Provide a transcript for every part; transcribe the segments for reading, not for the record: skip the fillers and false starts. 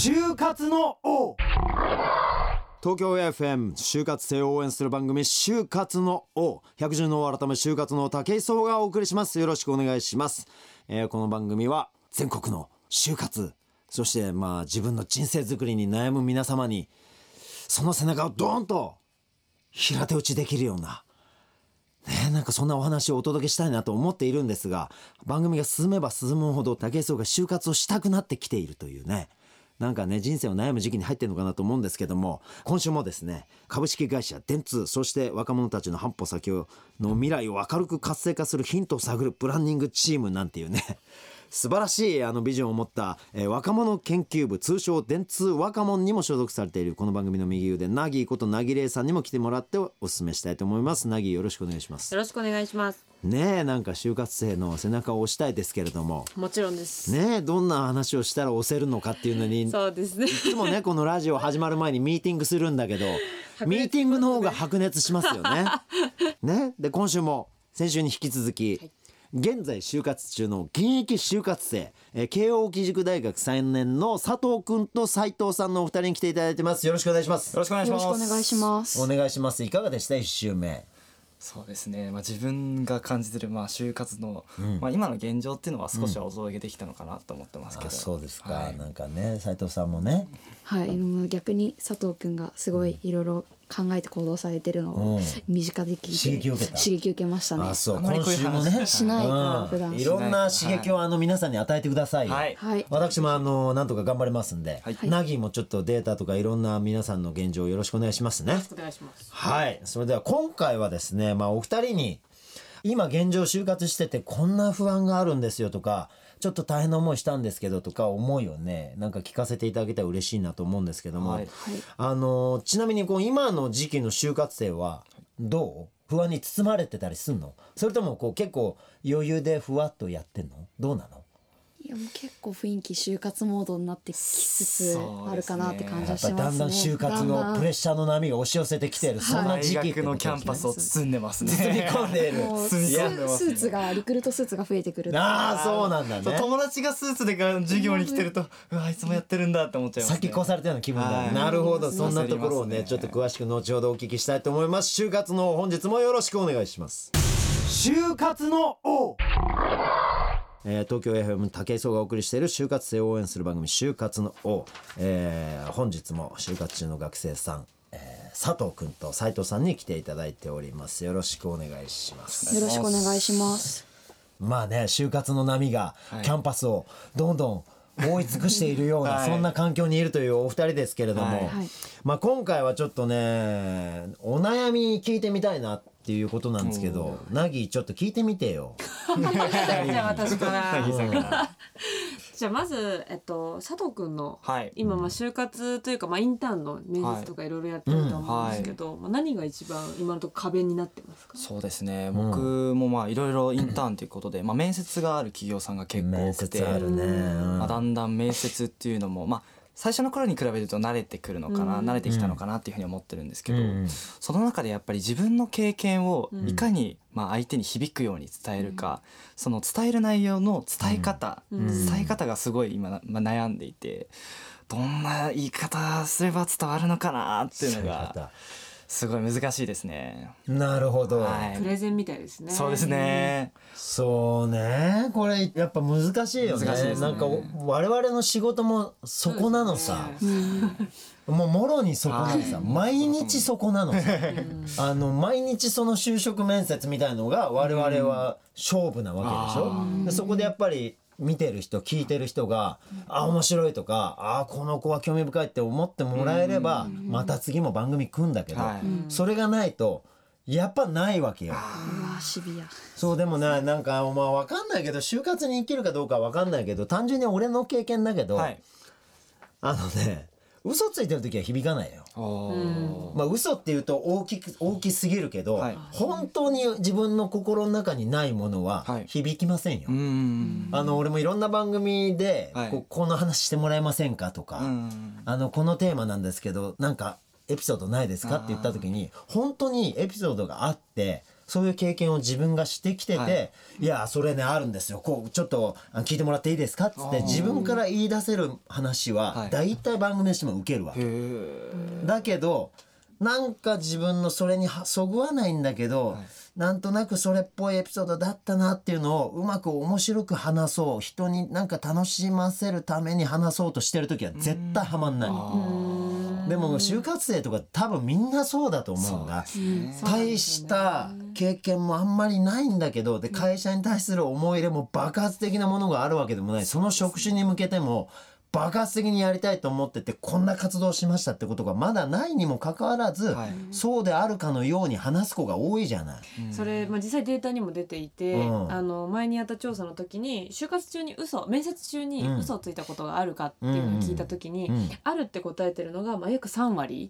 就活の王。東京 FM 就活生を応援する番組就活の王、百獣の王改め就活の武井壮がお送りします。よろしくお願いします。この番組は全国の就活、そして自分の人生づくりに悩む皆様にその背中をドーンと平手打ちできるようななんかそんなお話をお届けしたいなと思っているんですが、番組が進めば進むほど武井壮が就活をしたくなってきているというなんか人生を悩む時期に入っているのかなと思うんですけども、今週もですね、株式会社電通、そして若者たちの半歩先の未来を明るく活性化するヒントを探るプランニングチームなんていう素晴らしいビジョンを持った、若者研究部、通称電通若者にも所属されているこの番組の右腕、ナギーことナギレイさんにも来てもらってお勧めしたいと思います。ナギー、よろしくお願いします。 よろしくお願いします。 なんか就活生の背中を押したいですけれども、 もちろんですどんな話をしたら押せるのかっていうのにそうですね、 いつもこのラジオ始まる前にミーティングするんだけどミーティングの方が白熱しますよね。で今週も先週に引き続き、現在就活中の現役就活生、慶応義塾大学3年の佐藤くんと斉藤さんのお二人に来ていただいてます。よろしくお願いします。 よろしくお願いします。 よろしくお願いします。 お願いします。いかがでした1週目。 そうですね、自分が感じてる就活の、今の現状っていうのは少しはお届けできたのかなと思ってますけど、 そうですか、 はい、 なんか斉藤さんもはい、逆に佐藤くんがすごいいろいろ考えて行動されてるのを身近で聞いて刺激を受けましたね。 そう、今週もしないから普段いろんな刺激を皆さんに与えてくださいよ。 はい、 私もなんとか頑張りますんで、ナギもちょっとデータとかいろんな皆さんの現状をよろしくお願いしますね。 よろしくお願いします。 はい、それでは今回はですね、お二人に今現状就活しててこんな不安があるんですよとか、ちょっと大変な思いしたんですけどとか思いをなんか聞かせていただけたら嬉しいなと思うんですけども、ちなみに今の時期の就活生はどう？不安に包まれてたりすんの？それとも結構余裕でふわっとやってんの？どうなの？ いやもう結構雰囲気就活モードになってきつつあるかなって感じはしますね。 だんだん就活のプレッシャーの波が押し寄せてきてる、そんな時期って大学のキャンパスを包んでますね。 包み込んでいる。 もうスーツがリクルートスーツが増えてくる。 そうなんだね。 友達がスーツで授業に来てると、あいつもやってるんだって思っちゃいますね。 先越されたような気分だ。なるほど、そんなところをちょっと詳しく後ほどお聞きしたいと思います。就活の本日もよろしくお願いします。就活の王。東京 FM 武井壮がお送りしている就活生を応援する番組就活の王、本日も就活中の学生さん、佐藤くんと斉藤さんに来ていただいております。よろしくお願いします。 よろしくお願いします。 就活の波がキャンパスをどんどん覆い尽くしているような、そんな環境にいるというお二人ですけれども、今回はちょっとお悩み聞いてみたいなっていうことなんですけど、ナギちょっと聞いてみてよ。 じゃあ私からじゃあまず、佐藤くんの、今就活というか、インターンの面接とかいろいろやってると思うんですけど、何が一番今のところ壁になってますか？ そうですね、僕もいろいろインターンということで、面接がある企業さんが結構多くて、だんだん面接っていうのも最初の頃に比べると慣れてくるのかな、慣れてきたのかなっていうふうに思ってるんですけど、その中でやっぱり自分の経験をいかに相手に響くように伝えるか、その伝える内容の伝え方がすごい今悩んでいて、どんな言い方すれば伝わるのかなっていうのがすごい難しいですね。 なるほど、 プレゼンみたいですね。 そうですね、 そうね、これやっぱ難しいよね。 難しいですね。 なんか我々の仕事もそこなのさ、もうもろにそこなのさ、毎日そこなのさ、毎日その就職面接みたいのが我々は勝負なわけでしょ。でそこでやっぱり見てる人聞いてる人が面白いとかこの子は興味深いって思ってもらえればまた次も番組組んだけど、それがないとやっぱないわけよ。 シビア。 そうでもなんか分かんないけど、就活に生きるかどうか分かんないけど、単純に俺の経験だけど、嘘ついてる時は響かないよ。嘘っていうと大きすぎるけど、本当に自分の心の中にないものは響きませんよ。俺もいろんな番組で、この話してもらえませんかとか、このテーマなんですけどなんかエピソードないですかって言った時に、本当にエピソードがあってそういう経験を自分がしてきてて、いやそれねあるんですよ、こうちょっと聞いてもらっていいですかっつって自分から言い出せる話は大体番組でしても受けるわけ、だけどなんか自分のそれにそぐわないんだけど、なんとなくそれっぽいエピソードだったなっていうのをうまく面白く話そう、人になんか楽しませるために話そうとしてる時は絶対はまんない。でも就活生とか多分みんなそうだと思うんだ。大した経験もあんまりないんだけど、で会社に対する思い入れも爆発的なものがあるわけでもない。その職種に向けても爆発的にやりたいと思ってて、こんな活動しましたってことがまだないにもかかわらず、そうであるかのように話す子が多いじゃない。 それ、実際データにも出ていて、前にやった調査の時に就活中に面接中に嘘をついたことがあるかっていうのを聞いた時に、あるって答えてるのが、約3割。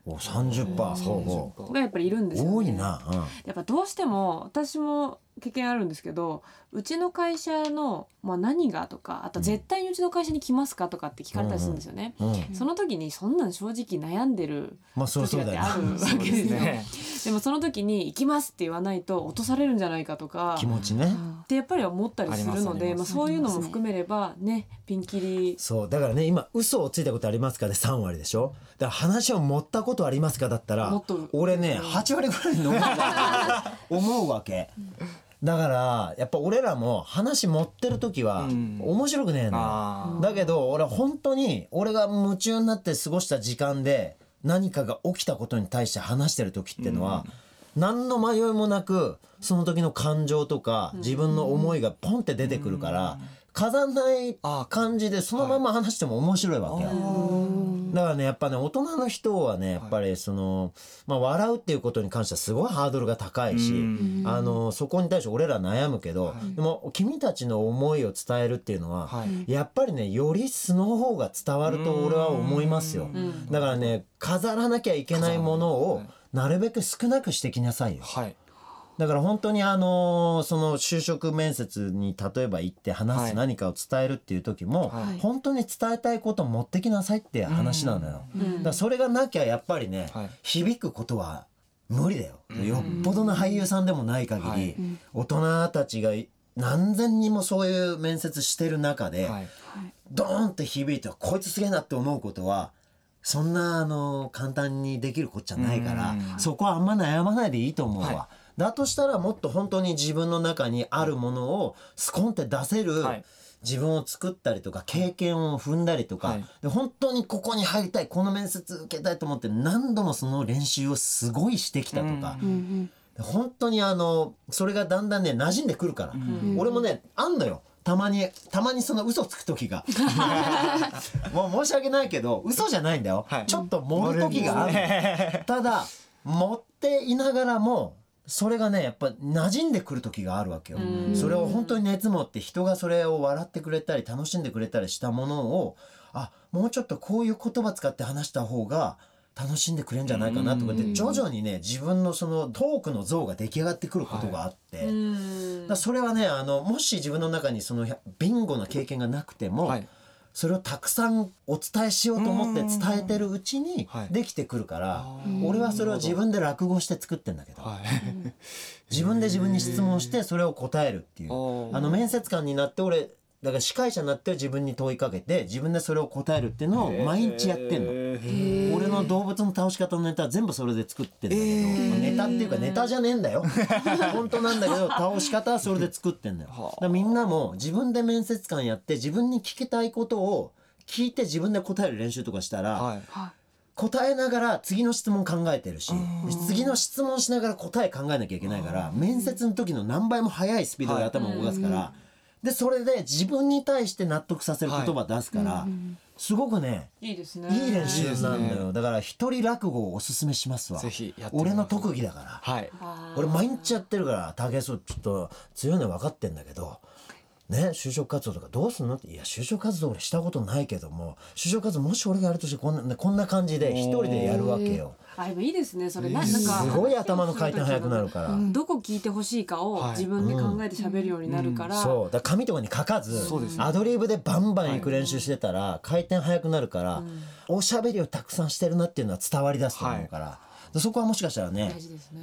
30% がやっぱりいるんですよね。 多いな、 やっぱどうしても私も経験あるんですけど、うちの会社の、何がとか、あと絶対にうちの会社に来ますかとかって聞かれたりするんですよね、その時にそんなん正直悩んでる時だってあるわけですよ、でもその時に行きますって言わないと落とされるんじゃないかとか気持ちね、 ってやっぱり思ったりするので、そういうのも含めればね、ピンキリ。 そうだからね、今嘘をついたことありますかで3割でしょ。だから話を持ったことありますかだったら俺ね8割ぐらいの思うわけ。だからやっぱ俺らも話持ってる時は面白くねえの、だけど俺本当に俺が夢中になって過ごした時間で何かが起きたことに対して話してる時っていうのは、何の迷いもなくその時の感情とか自分の思いがポンって出てくるから、飾んない感じでそのまま話しても面白いわけよ。だからねやっぱね大人の人はねやっぱり笑うっていうことに関してはすごいハードルが高いし、そこに対して俺ら悩むけど、でも君たちの思いを伝えるっていうのは、やっぱりねより素の方が伝わると俺は思いますよ。だからね飾らなきゃいけないものをなるべく少なくしてきなさいよ。だから本当にその就職面接に例えば行って話す何かを伝えるっていう時も、本当に伝えたいことを持ってきなさいって話なのよ。だからそれがなきゃやっぱりね、響くことは無理だよ。よっぽどの俳優さんでもない限り、大人たちが何千人もそういう面接してる中で、ドーンって響いてこいつすげえなって思うことはそんな簡単にできることじゃないから、そこはあんま悩まないでいいと思うわ。だとしたらもっと本当に自分の中にあるものをスコンって出せる自分を作ったりとか経験を踏んだりとか、で本当にここに入りたい、この面接受けたいと思って何度もその練習をすごいしてきたとか、本当にそれがだんだんね馴染んでくるから、俺もねあんのよたまにその嘘つく時がもう申し訳ないけど嘘じゃないんだよ、ちょっと盛る時があるただ持っていながらもそれがねやっぱ馴染んでくる時があるわけよ。それを本当に熱持って人がそれを笑ってくれたり楽しんでくれたりしたものを、もうちょっとこういう言葉使って話した方が楽しんでくれるんじゃないかなとかって徐々にね自分のそのトークの像が出来上がってくることがあって、だそれはねもし自分の中にそのビンゴな経験がなくても、それをたくさんお伝えしようと思って伝えてるうちにできてくるから、俺はそれを自分で落語して作ってんだけど、自分で自分に質問してそれを答えるっていう面接官になって俺だから司会者になって自分に問いかけて自分でそれを答えるっていうのを毎日やってんの。俺の動物の倒し方のネタは全部それで作ってんだけど、ネタっていうかネタじゃねえんだよ本当なんだけど倒し方はそれで作ってんだよ。だからみんなも自分で面接官やって自分に聞きたいことを聞いて自分で答える練習とかしたら、答えながら次の質問考えてるし、次の質問しながら答え考えなきゃいけないから、面接の時の何倍も速いスピードで頭を動かすから、でそれで自分に対して納得させる言葉出すから、すごくねいいですね、 いい練習なんだよ。だから一人落語をおすすめしますわ。 ぜひやって俺の特技だから、俺毎日やってるから武井壮ちょっと強いのは分かってんだけどね、就職活動とかどうすんのって、いや就職活動俺したことないけども、就職活動もし俺がやるとしてこんな感じで一人でやるわけよ。 でもいいですねそれ。なんかすごい頭の回転速くなるから、 どこ聞いてほしいかを自分で考えて喋るようになるから、 そうだから紙とかに書かず、アドリブでバンバンいく練習してたら回転速くなるから、おしゃべりをたくさんしてるなっていうのは伝わり出すと思うから、そこはもしかしたらね大事ですね。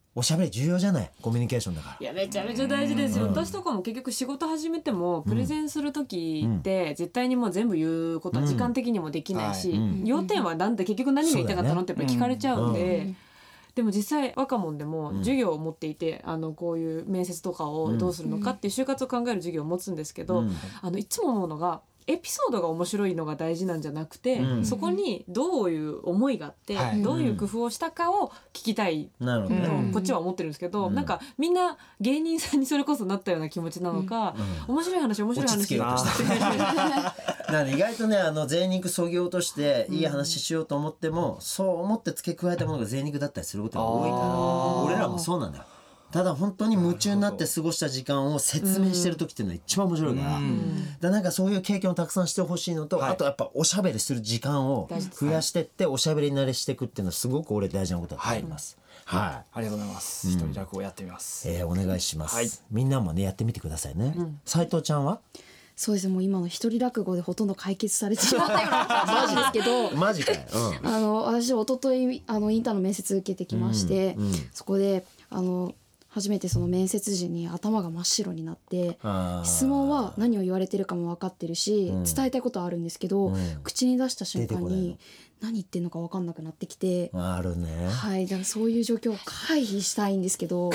おしゃべり重要じゃない、コミュニケーションだから。 いやめちゃめちゃ大事ですよ、私とかも結局仕事始めてもプレゼンする時って絶対にもう全部言うことは時間的にもできないし、要点はなんで結局何が言いたかったのってやっぱり聞かれちゃうんで、でも実際若者でも授業を持っていて、こういう面接とかをどうするのかっていう就活を考える授業を持つんですけど、いつも思うのがエピソードが面白いのが大事なんじゃなくて、そこにどういう思いがあって、どういう工夫をしたかを聞きたいと、こっちは思ってるんですけど、なんかみんな芸人さんにそれこそなったような気持ちなのか、面白い話落ち着けようとしてなんで意外とね贅肉そぎ落としていい話しようと思っても、そう思って付け加えたものが贅肉だったりすることが多いから、俺らもそうなんだよ。ただ本当に夢中になって過ごした時間を説明してる時っていうのは一番面白いから、なんかそういう経験をたくさんしてほしいのと、あとやっぱおしゃべりする時間を増やしてっておしゃべり慣れしていくっていうのはすごく俺大事なことだと思います。 ありがとうございます。一人落語やってみます。 お願いします。みんなもねやってみてくださいね。斉藤ちゃんは？ そうですね、もう今の一人落語でほとんど解決されてしまったような感じですけどマジかよ、 私一昨日インターンの面接受けてきまして、そこで初めてその面接時に頭が真っ白になって、質問は何を言われてるかも分かってるし、伝えたいことはあるんですけど、口に出した瞬間に何言ってんのか分かんなくなってきて、 あるね。 はい、だからそういう状況を回避したいんですけど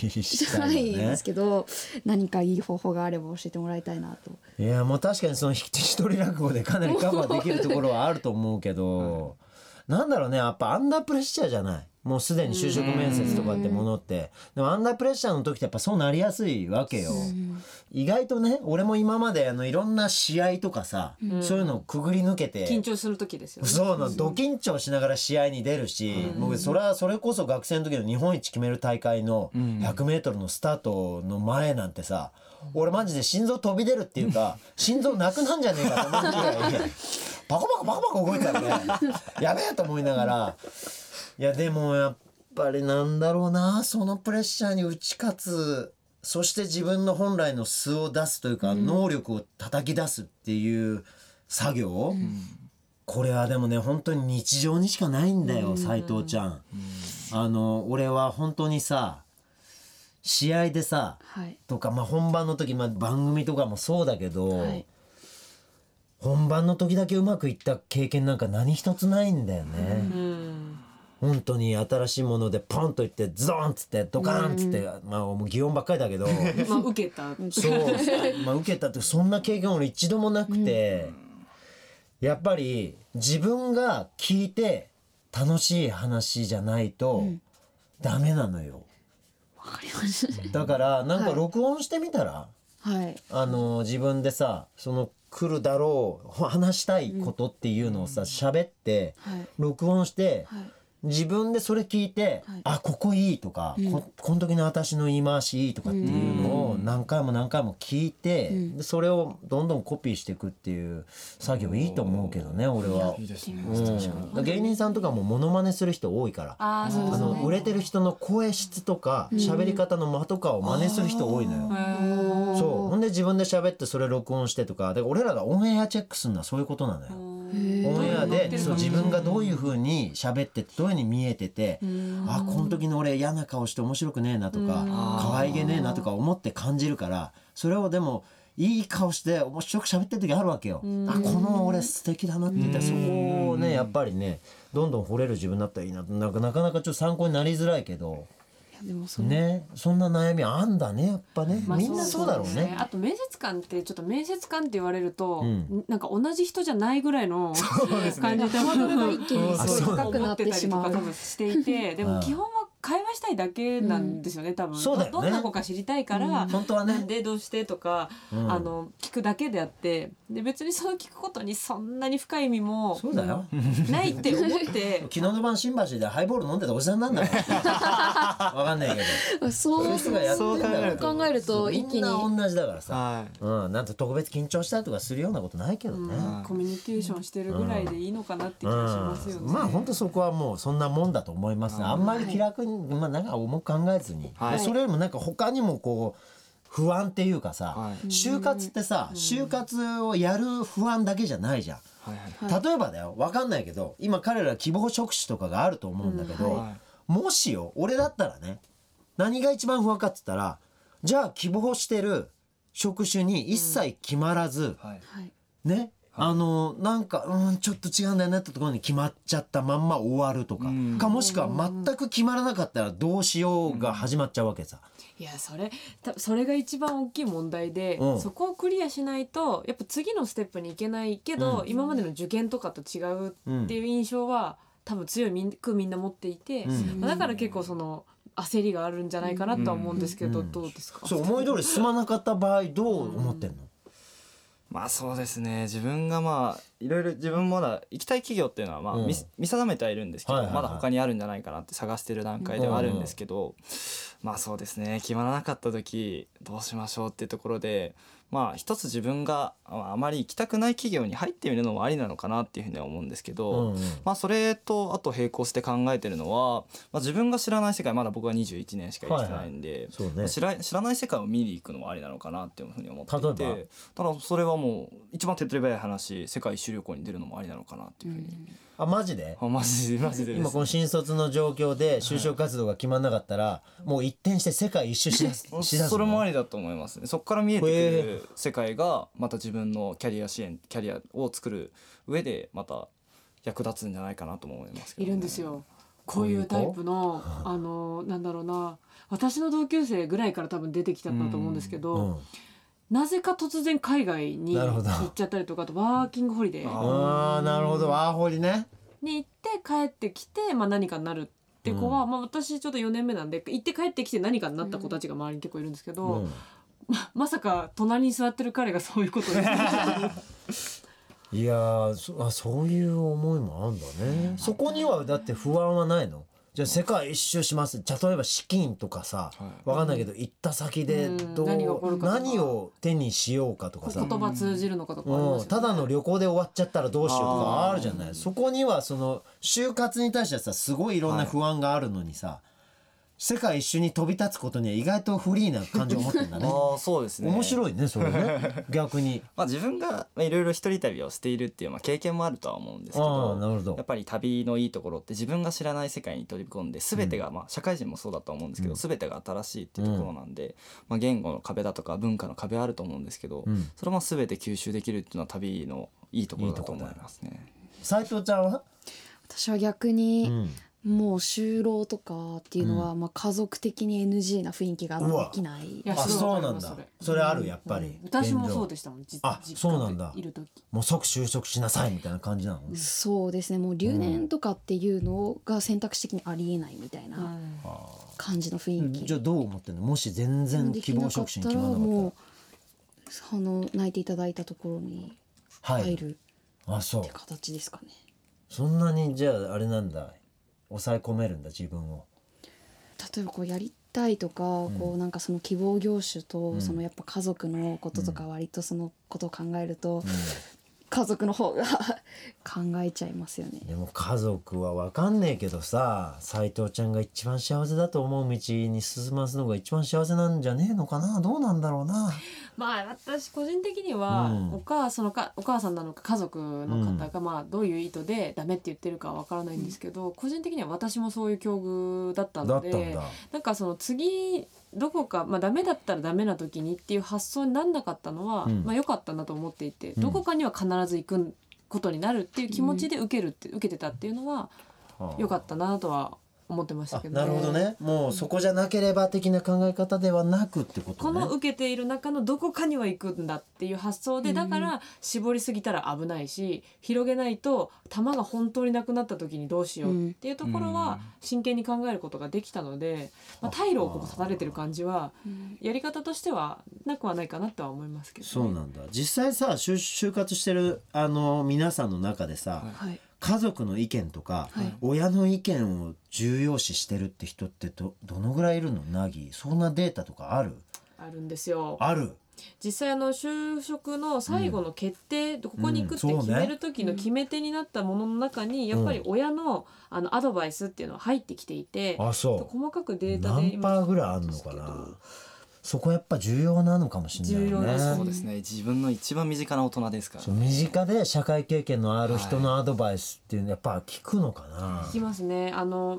何かいい方法があれば教えてもらいたいなと。 いやもう確かにその一人落語でかなりカバーできるところはあると思うけどなんだろうね、やっぱアンダープレッシャーじゃない、もうすでに就職面接とかってものって、でもアンダープレッシャーの時ってやっぱそうなりやすいわけよ。意外とね、俺も今までいろんな試合とかさ、そういうのをくぐり抜けて緊張する時ですよね。 そうな、ド緊張しながら試合に出るし、僕それこそ学生の時の日本一決める大会の 100m のスタートの前なんてさ、俺マジで心臓飛び出るっていうか心臓なくなんじゃねえかと思うぐらいパコパコパコパコ動いてたらねやべえと思いながら、いやでもやっぱりなんだろうな、そのプレッシャーに打ち勝つ、そして自分の本来の素を出すというか、能力を叩き出すっていう作業、これはでもね本当に日常にしかないんだよ、斉藤ちゃん。俺は本当にさ試合でさ、とか、本番の時、番組とかもそうだけど、本番の時だけうまくいった経験なんか何一つないんだよね。本当に新しいものでポンといってズドンっつってドカーンっつって、もう擬音ばっかりだけど受けたそう、受けたってそんな経験俺一度もなくて、やっぱり自分が聞いて楽しい話じゃないとダメなのよ。 わかります。 だからなんか録音してみたら、自分でさその来るだろう話したいことっていうのをさ喋って録音して、自分でそれ聞いて、あここいいとか、この時の私の言い回しいいとかっていうのを何回も何回も聞いて、でそれをどんどんコピーしていくっていう作業いいと思うけどね、俺は。芸人さんとかもモノマネする人多いから、売れてる人の声質とか喋り方の間とかを真似する人多いのよ。そうほんで自分で喋ってそれ録音してとか、だから俺らがオンエアチェックするのはそういうことなのよ。オンエアでそう自分がどういう風に喋ってどういう風に見えてて、あこの時の俺嫌な顔して面白くねえなとか可愛げねえなとか思って感じるから、それをでもいい顔して面白く喋ってる時あるわけよ。あこの俺素敵だなって言ったら、そこをねやっぱりねどんどん惚れる自分だったらいいな。なかなかちょっと参考になりづらいけどでもそんな悩みあんだねやっぱね、みんなそうだろうね。 あと面接官ってちょっと面接官って言われると、なんか同じ人じゃないぐらいの感じでハードルが一気にすごい高くなってしまうとかしていて、でも基本は会話したいだけなんですよね、多分。 そうだよね、 どんな子か知りたいから、 本当はね、 なんでどうしてとか、聞くだけであって、で別にその聞くことにそんなに深い意味もそうだよないって思って昨日の晩新橋でハイボール飲んでたおじさんなんだからわかんないけどそう考えると一気にみんな同じだからさ、なんと特別緊張したりとかするようなことないけどね、 コミュニケーションしてるぐらいでいいのかなって気がしますよね。 本当そこはもうそんなもんだと思いますね。あんまり気楽になんか重く考えずに、それよりもなんか他にもこう不安っていうかさ、就活ってさ、就活をやる不安だけじゃないじゃん。例えばだよ、分かんないけど今彼ら希望職種とかがあると思うんだけど、もしよ俺だったらね何が一番不安かって言ったら、じゃあ希望してる職種に一切決まらず、ね、なんかちょっと違うんだよねってところに決まっちゃったまんま終わるとか、もしくは全く決まらなかったらどうしようが始まっちゃうわけさ。 いやそれが一番大きい問題で、そこをクリアしないとやっぱ次のステップに行けないけど、今までの受験とかと違うっていう印象は多分強いみんな持っていて、だから結構その焦りがあるんじゃないかなとは思うんですけど、どうですか？ そう思い通り進まなかった場合どう思ってんの？ まあそうですね、自分がいろいろ自分まだ行きたい企業っていうのは見定めてはいるんですけど、まだ他にあるんじゃないかなって探してる段階ではあるんですけど、そうですね、決まらなかった時どうしましょうっていうところで、一つ自分があまり行きたくない企業に入ってみるのもありなのかなっていうふうには思うんですけど、それとあと並行して考えてるのは、自分が知らない世界、まだ僕は21年しか生きてないんで、知らない世界を見に行くのもありなのかなっていうふうに思っていて、ただそれはもう一番手っ取り早い話、世界一周旅行に出るのもありなのかなっていうふうに。 マジで？ マジでです。 今この新卒の状況で就職活動が決まんなかったら、もう一転して世界一周しだすそれもありだと思いますね。そこから見えてくる世界がまた自分のキャリアを作る上でまた役立つんじゃないかなとも思いますけど、ね、 いるんですよこういうタイプのなんだろうな、私の同級生ぐらいから多分出てきたんだと思うんですけど、なぜか突然海外に行っちゃったりとか、あとワーキングホリデー、 なるほど、ワーホリねに行って帰ってきて、何かになるって子は、私ちょっと4年目なんで行って帰ってきて何かになった子たちが周りに結構いるんですけど、まさか隣に座ってる彼がそういうことを言っていやそういう思いもあるんだね。そこにはだって不安はないの？じゃあ世界一周します、例えば資金とかさ、分かんないけど行った先で何を手にしようかとかさ、 言葉通じるのかとかありますよね。 ただの旅行で終わっちゃったらどうしようとかあるじゃない。そこにはその就活に対してはさ、すごいいろんな不安があるのにさ、世界一周に飛び立つことには意外とフリーな感じを持ってるんだね。 そうですね。 面白いねそれね。逆に自分がいろいろ一人旅をしているっていう経験もあるとは思うんですけど、やっぱり旅のいいところって自分が知らない世界に飛び込んで、全てが社会人もそうだと思うんですけど、全てが新しいっていうところなんで、言語の壁だとか文化の壁あると思うんですけど、それも全て吸収できるっていうのは旅のいいところだと思いますね。 斉藤ちゃんは？ 私は逆に、もう就労とかっていうのは、家族的に NG な雰囲気ができない。 そうなんだ。それあるやっぱり。 私もそうでしたもん。 そうなんだ。もう即就職しなさいみたいな感じなの？ そうですね。もう留年とかっていうのが選択肢的にありえないみたいな感じの雰囲気。 じゃあどう思ってんの？もし全然希望職種に決まらなかったら、 もう泣いていただいたところに入るって形ですかね。 そんなにじゃああれなんだ。抑え込めるんだ自分を。 例えばやりたいとか、なんかその希望業種と、そのやっぱ家族のこととか割とそのことを考えると、家族の方が考えちゃいますよね。 でも家族は分かんねえけどさ、斉藤ちゃんが一番幸せだと思う道に進ますのが一番幸せなんじゃねえのかな。どうなんだろうな。 私個人的には、お母さんなのか家族の方がどういう意図でダメって言ってるかは分からないんですけど、個人的には私もそういう境遇だったので、なんかその次どこか、ダメだったらダメな時にっていう発想になんなかったのは、良かったなと思っていて、どこかには必ず行くことになるっていう気持ちで受けてたっていうのは良かったなとは思ってましたけどね。 なるほどね。もうそこじゃなければ的な考え方ではなくってことね。 この受けている中のどこかには行くんだっていう発想で、だから絞りすぎたら危ないし、広げないと弾が本当になくなった時にどうしようっていうところは真剣に考えることができたので、退路を断たれてる感じはやり方としてはなくはないかなとは思いますけどね。 そうなんだ。実際さ、就活してる皆さんの中でさ、家族の意見とか、親の意見を重要視してるって人ってどのぐらいいるの？ナギ、そんなデータとかある？ あるんですよ。 ある。 実際就職の最後の決定、ここに行くって決める時の決め手になったものの中に、やっぱり親のアドバイスっていうのは入ってきていて、細かくデータで何パーぐらいあるのかな。そこやっぱ重要なのかもしれないね。 そうですね。自分の一番身近な大人ですから、 身近で社会経験のある人のアドバイスっていうのやっぱ聞くのかな。 聞きますね。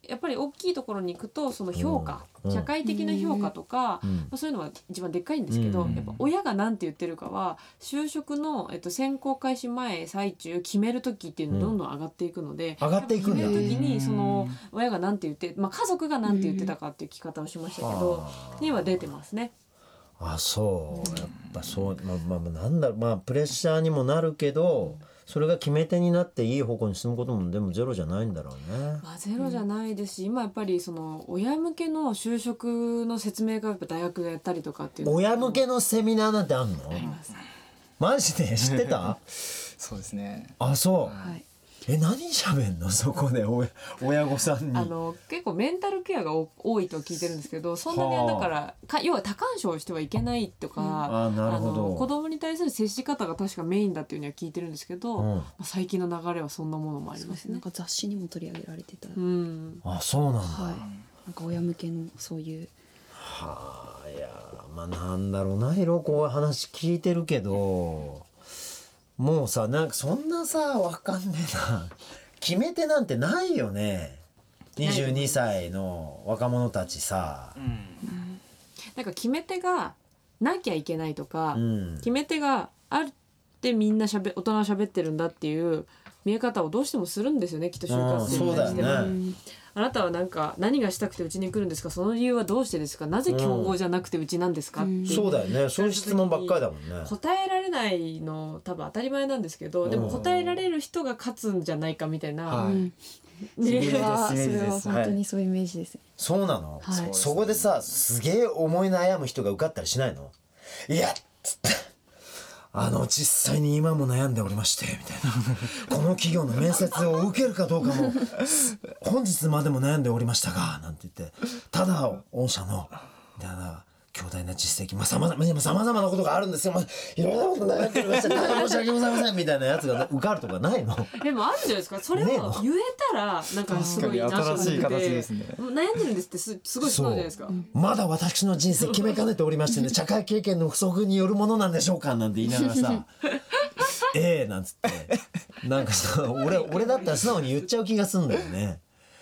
やっぱり大きいところに行くとその評価、社会的な評価とか、そういうのは一番でっかいんですけど、やっぱ親が何て言ってるかは就職の、選考開始前最中決める時っていうのどんどん上がっていくので、 上がっていくんだ。 決める時にその親が何て言って、家族が何て言ってたかっていう聞き方をしましたけど、には出てますね。 あ、そうやっぱそう、なんだろう、プレッシャーにもなるけど、それが決め手になっていい方向に進むこともでもゼロじゃないんだろうね。 ゼロじゃないですし、今やっぱりその親向けの就職の説明がやっぱ大学がやったりとかっていう親向けのセミナーなんてあんの？ あります。 マジで知ってた？ そうですね。 あ、そう。 はい。 何喋んのそこで親御さんに。 結構メンタルケアが多いと聞いてるんですけど、そんなにだから要は多干渉してはいけないとか、 なるほど。 子供に対する接し方が確かメインだっていうには聞いてるんですけど、最近の流れはそんなものもありますね。 なんか雑誌にも取り上げられてた。 あ、そうなんだ。 はい。なんか親向けのそういう。 はあ、いや、なんだろうな、いろいろこう話聞いてるけど。もうさ、なんかそんなさ、わかんねえな。決め手なんてないよね。22歳の若者たちさ。 なんか決め手がなきゃいけないとか、決め手があってみんな大人は喋ってるんだっていう見え方をどうしてもするんですよね、きっと就活生に対しては。あなたはなんか何がしたくてうちに来るんですか、その理由はどうしてですか、なぜ競合じゃなくてうちなんですかって、 そうだよね、そういう質問ばっかりだもんね。 答えられないの多分当たり前なんですけど、でも答えられる人が勝つんじゃないかみたいな、 それは本当にそういうイメージです。 そうなの、そこでさ、すげえ思い悩む人が受かったりしないの？いやっつって実際に今も悩んでおりましてみたいなこの企業の面接を受けるかどうかも本日までも悩んでおりましたがなんて言って、ただ御社のみたいな強大な実績、さまざまなことがあるんですよ、いろんなこと悩んでおりまして大変申し訳ございませんみたいなやつが受かるとかないの？ でもあるじゃないですか、それを言えたらなんかすごい新しい形ですね。 悩んでるんですってすごいそうじゃないですか。 まだ私の人生決めかねておりましてね社会経験の不足によるものなんでしょうかなんて言いながらさなんつってなんかさ俺だったら素直に言っちゃう気がするんだよね。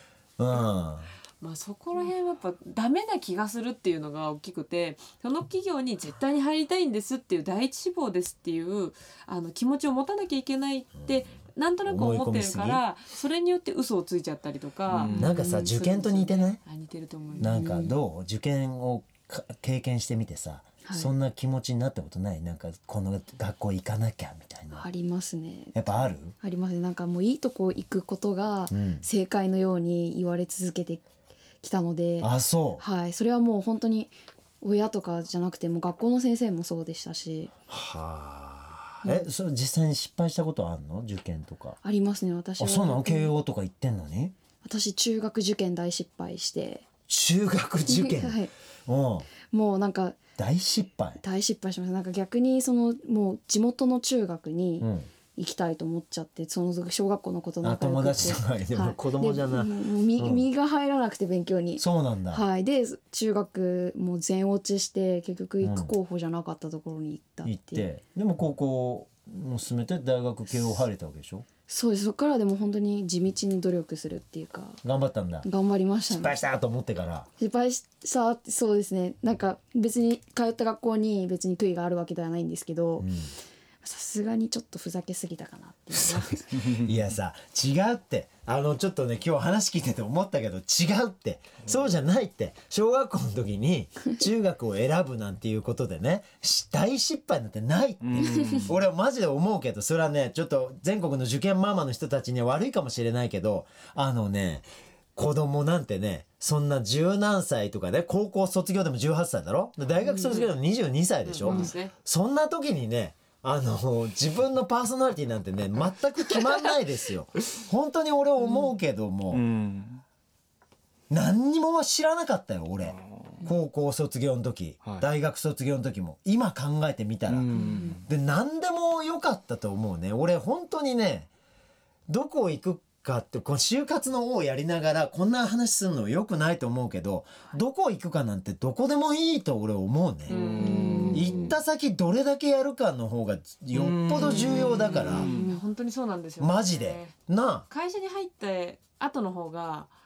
そこら辺はやっぱダメな気がするっていうのが大きくて、その企業に絶対に入りたいんですっていう第一志望ですっていう気持ちを持たなきゃいけないってなんとなく思ってるから、それによって嘘をついちゃったりとか、 なんかさ受験と似てない？ 似てると思います。 なんかどう受験を経験してみてさ、そんな気持ちになったことない？なんかこの学校行かなきゃみたいな。 ありますね。 やっぱある？ ありますね。なんかもういいとこ行くことが正解のように言われ続けてきたので、 そう。 はい、それはもう本当に親とかじゃなくても学校の先生もそうでしたし。それ実際に失敗したことあるの？受験とか。ありますね、私は。 そうなの？慶応とか行ってんのに？ 私中学受験大失敗して。 中学受験はい。もうなんか大失敗しました。なんか逆にもう地元の中学に行きたいと思っちゃって、その小学校のこと仲良くて、 友達とかでも子供じゃない、 身が入らなくて勉強に。 そうなんだ。 はい。で中学もう全落ちして結局行く候補じゃなかったところに行ったっていう。 でも高校も進めて大学慶応入れたわけでしょ？ そうです。そこからでも本当に地道に努力するっていうか。 頑張ったんだ。頑張りましたね。 失敗したと思ってから。 失敗したそうですね。なんか別に通った学校に別に悔いがあるわけではないんですけど、さすがにちょっとふざけすぎたかなっていう。 いやさ違うってちょっとね今日話聞いてて思ったけど違うって、そうじゃないって。小学校の時に中学を選ぶなんていうことでね大失敗なんてないって俺はマジで思うけど、それはねちょっと全国の受験ママの人たちには悪いかもしれないけど、子供なんてねそんな十何歳とかね、高校卒業でも18歳だろ、大学卒業でも22歳でしょ、そんな時にね自分のパーソナリティなんてね全く決まんないですよ本当に俺思うけども、何にも知らなかったよ俺。高校卒業の時、大学卒業の時も今考えてみたら、で何でもよかったと思うね俺。本当にねどこ行くかってこの就活の王をやりながらこんな話するのよくないと思うけど、どこ行くかなんてどこでもいいと俺思うね。行った先どれだけやるかの方がよっぽど重要だから。 本当にそうなんですよ、 マジでな。 会社に入って後の方が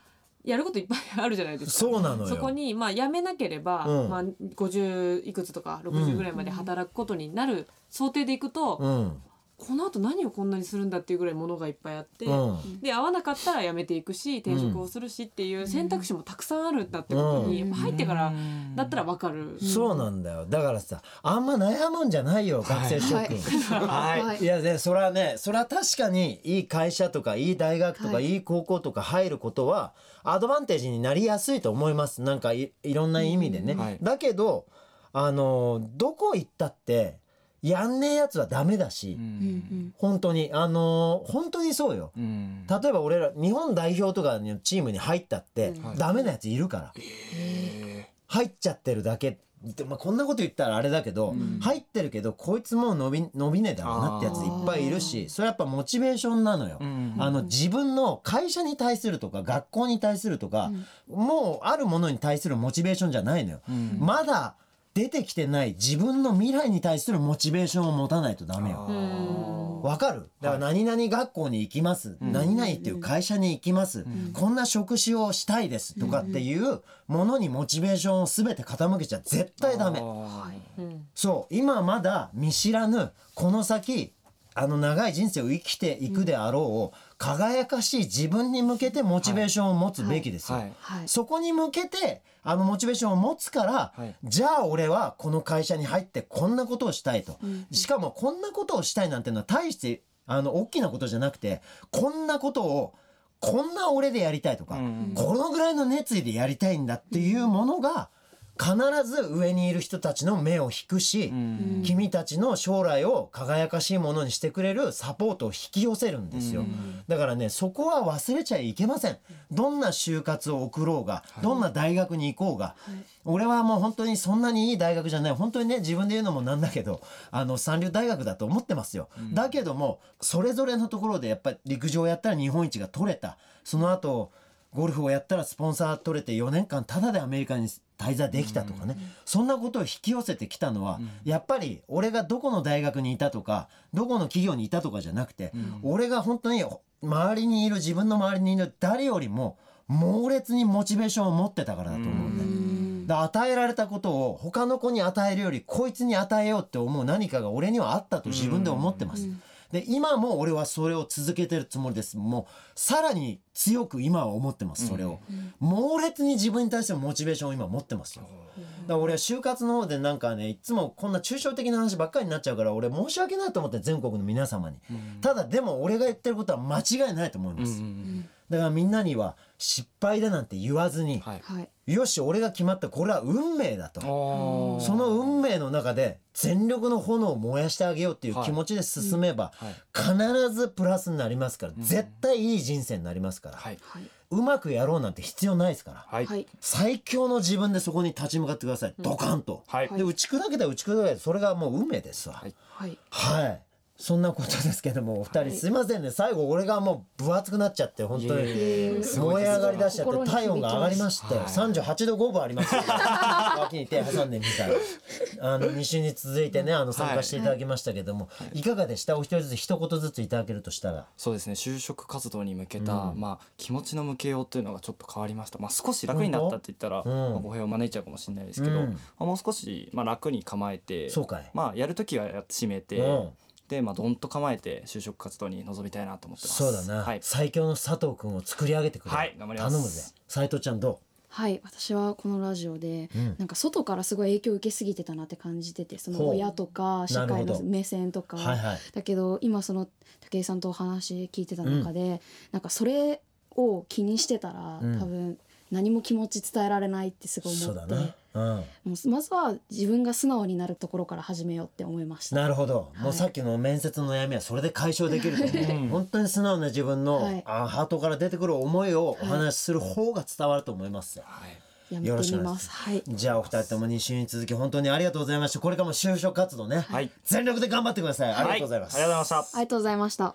やることいっぱいあるじゃないですか。 そうなのよ。 そこに辞めなければ、50いくつとか60ぐらいまで働くことになる想定でいくと、この後何をこんなにするんだっていうぐらいものがいっぱいあって、で合わなかったら辞めていくし転職をするしっていう選択肢もたくさんあるんだってことに、入ってからだったら分かる。 そうなんだよ。だからさ、あんま悩むんじゃないよ、学生諸君。いやね、それは確かにいい会社とかいい大学とかいい高校とか入ることはアドバンテージになりやすいと思います。なんか いろんな意味でね。だけどどこ行ったってやんねえやつはダメだし、本当に本当にそうよ。例えば俺ら日本代表とかのチームに入ったって、ダメなやついるから、入っちゃってるだけで、こんなこと言ったらあれだけど、入ってるけどこいつもう伸びねえだろうなってやついっぱいいるし、それやっぱモチベーションなのよ。自分の会社に対するとか学校に対するとか、もうあるものに対するモチベーションじゃないのよ。まだ出てきてない自分の未来に対するモチベーションを持たないとダメよ。わかる？だから何々学校に行きます、何々っていう会社に行きます、こんな職種をしたいですとかっていうものにモチベーションを全て傾けちゃ絶対ダメ。そう今まだ見知らぬこの先長い人生を生きていくであろう、輝かしい自分に向けてモチベーションを持つべきですよ。そこに向けてモチベーションを持つから、じゃあ俺はこの会社に入ってこんなことをしたいと、しかもこんなことをしたいなんていうのは大して大きなことじゃなくて、こんなことをこんな俺でやりたいとか、このぐらいの熱意でやりたいんだっていうものが必ず上にいる人たちの目を引くし、君たちの将来を輝かしいものにしてくれるサポートを引き寄せるんですよ。だからね、そこは忘れちゃいけません。どんな就活を送ろうが、どんな大学に行こうが、俺はもう本当にそんなにいい大学じゃない、本当にね自分で言うのもなんだけど三流大学だと思ってますよ。だけどもそれぞれのところでやっぱり陸上やったら日本一が取れた、その後ゴルフをやったらスポンサー取れて4年間タダでアメリカに滞在できたとかね、そんなことを引き寄せてきたのは、やっぱり俺がどこの大学にいたとかどこの企業にいたとかじゃなくて、俺が本当に周りにいる自分の周りにいる誰よりも猛烈にモチベーションを持ってたからだと思うんで、与えられたことを他の子に与えるよりこいつに与えようって思う何かが俺にはあったと自分で思ってます。で今も俺はそれを続けてるつもりです。もうさらに強く今は思ってます。それを猛烈に自分に対してのモチベーションを今持ってますよ。だから俺は就活の方でなんかね、いつもこんな抽象的な話ばっかりになっちゃうから、俺申し訳ないと思って全国の皆様に、ただでも俺が言ってることは間違いないと思います。だからみんなには失敗だなんて言わずに、よし俺が決まった、これは運命だと、その運命の中で全力の炎を燃やしてあげようっていう気持ちで進めば、必ずプラスになりますから、絶対いい人生になりますから、うまくやろうなんて必要ないですから、最強の自分でそこに立ち向かってください。ドカンと、で打ち砕けたら打ち砕けた、それがもう運命ですわ。そんなことですけども、お二人すいませんね、最後俺がもう分厚くなっちゃって、本当に燃え上がりだしちゃって体温が上がりまして、38度5分あります脇に手挟んでみたら2週に続いてね参加していただきましたけども、いかがでした？お一人ずつ一言ずついただけるとしたら。 そうですね、就職活動に向けた、気持ちの向けようというのがちょっと変わりました。少し楽になったって言ったら語弊を招いちゃうかもしれないですけど、もう少し楽に構えて、やるときはやって締めて、でどんと構えて就職活動に臨みたいなと思ってます。 そうだな、最強の佐藤君を作り上げてくれ。 頑張ります。 頼むぜ。斉藤ちゃんどう？ 私はこのラジオで、なんか外からすごい影響を受けすぎてたなって感じてて、その親とか社会の目線とか、だけど今その武井さんとお話聞いてた中で、なんかそれを気にしてたら、多分何も気持ち伝えられないってすごい思って、まずは自分が素直になるところから始めようって思いました。 なるほど、もうさっきの面接の悩みはそれで解消できると思う。本当に素直な自分の、ハートから出てくる思いをお話しする方が伝わると思いますよ。よろしくお願いします。じゃあお二人とも2週に続き本当にありがとうございました。これからも就職活動ね、全力で頑張ってください。ありがとうございます。 ありがとうございました。 ありがとうございました。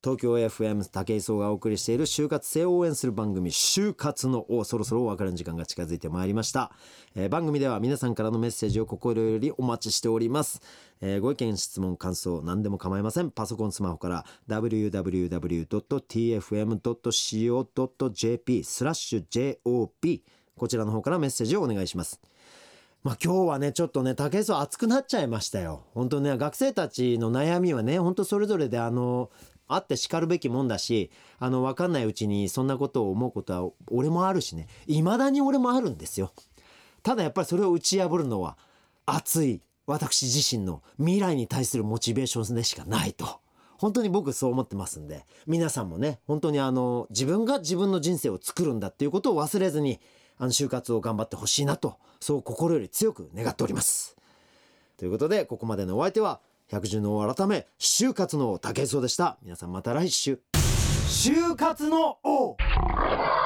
東京 FM 武井壮がお送りしている就活生を応援する番組就活の王、そろそろお別れの時間が近づいてまいりました。番組では皆さんからのメッセージを心よりお待ちしております。ご意見質問感想何でも構いません。パソコンスマホから www.tfm.co.jp/JOP こちらの方からメッセージをお願いします。今日はねちょっとね武井壮熱くなっちゃいましたよ。本当ね、学生たちの悩みはね本当それぞれであって叱るべきもんだし、分かんないうちにそんなことを思うことは俺もあるしね、未だに俺もあるんですよ。ただやっぱりそれを打ち破るのは熱い私自身の未来に対するモチベーションでしかないと、本当に僕そう思ってますんで、皆さんもね本当に自分が自分の人生を作るんだっていうことを忘れずに就活を頑張ってほしいなと、そう心より強く願っております。ということでここまでのお相手は百獣の王改め就活の武井壮でした。皆さんまた来週。就活の王。